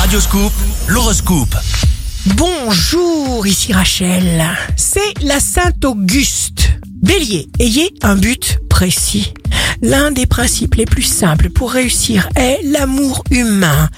Radioscoop, l'horoscope. Bonjour, ici Rachel. C'est la Sainte Auguste. Bélier, ayez un but précis. L'un des principes les plus simples pour réussir est l'amour humain.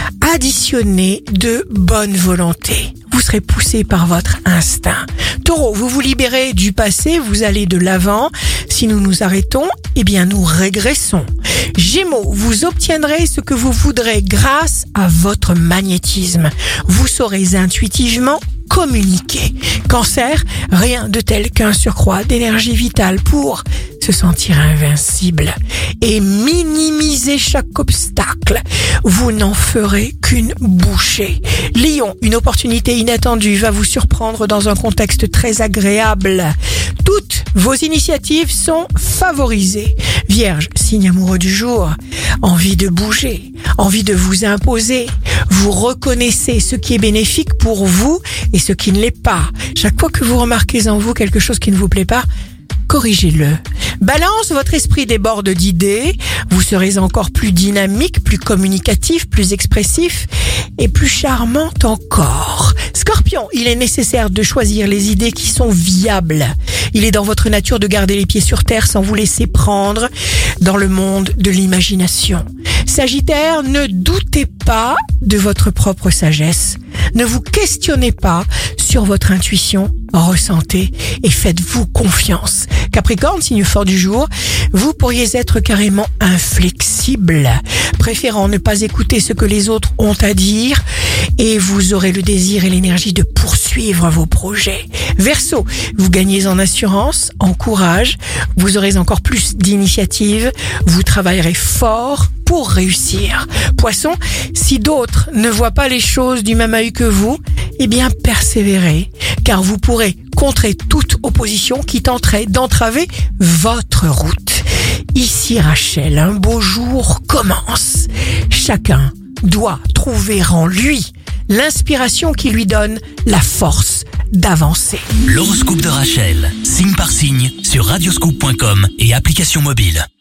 Additionnez de bonne volonté. Vous serez poussé par votre instinct. Taureau, vous vous libérez du passé, vous allez de l'avant. Si nous nous arrêtons, eh bien nous régressons. Gémeaux, vous obtiendrez ce que vous voudrez grâce à votre magnétisme. Vous saurez intuitivement communiquer. Cancer, rien de tel qu'un surcroît d'énergie vitale pour se sentir invincible et minimiser chaque obstacle. Vous n'en ferez qu'une bouchée. Lion, une opportunité inattendue va vous surprendre dans un contexte très agréable. Toutes vos initiatives sont favorisées. Vierge, signe amoureux du jour, envie de bouger, envie de vous imposer. Vous reconnaissez ce qui est bénéfique pour vous et ce qui ne l'est pas. Chaque fois que vous remarquez en vous quelque chose qui ne vous plaît pas, corrigez-le. Balance, votre esprit déborde d'idées. Vous serez encore plus dynamique, plus communicatif, plus expressif et plus charmant encore. Scorpion, il est nécessaire de choisir les idées qui sont viables. Il est dans votre nature de garder les pieds sur terre sans vous laisser prendre dans le monde de l'imagination. Sagittaire, ne doutez pas de votre propre sagesse. Ne vous questionnez pas sur votre intuition, ressentez et faites-vous confiance. Capricorne, signe fort du jour, vous pourriez être carrément inflexible, préférant ne pas écouter ce que les autres ont à dire et vous aurez le désir et l'énergie de poursuivre vos projets. Verseau, vous gagnez en assurance, en courage, vous aurez encore plus d'initiative, vous travaillerez fort pour réussir. Poisson, si d'autres ne voient pas les choses du même œil que vous, eh bien persévérez, car vous pourrez contrer toute opposition qui tenterait d'entraver votre route. Ici Rachel, un beau jour commence. Chacun doit trouver en lui l'inspiration qui lui donne la force d'avancer. L'horoscope de Rachel, signe par signe, sur radioscoop.com et application mobile.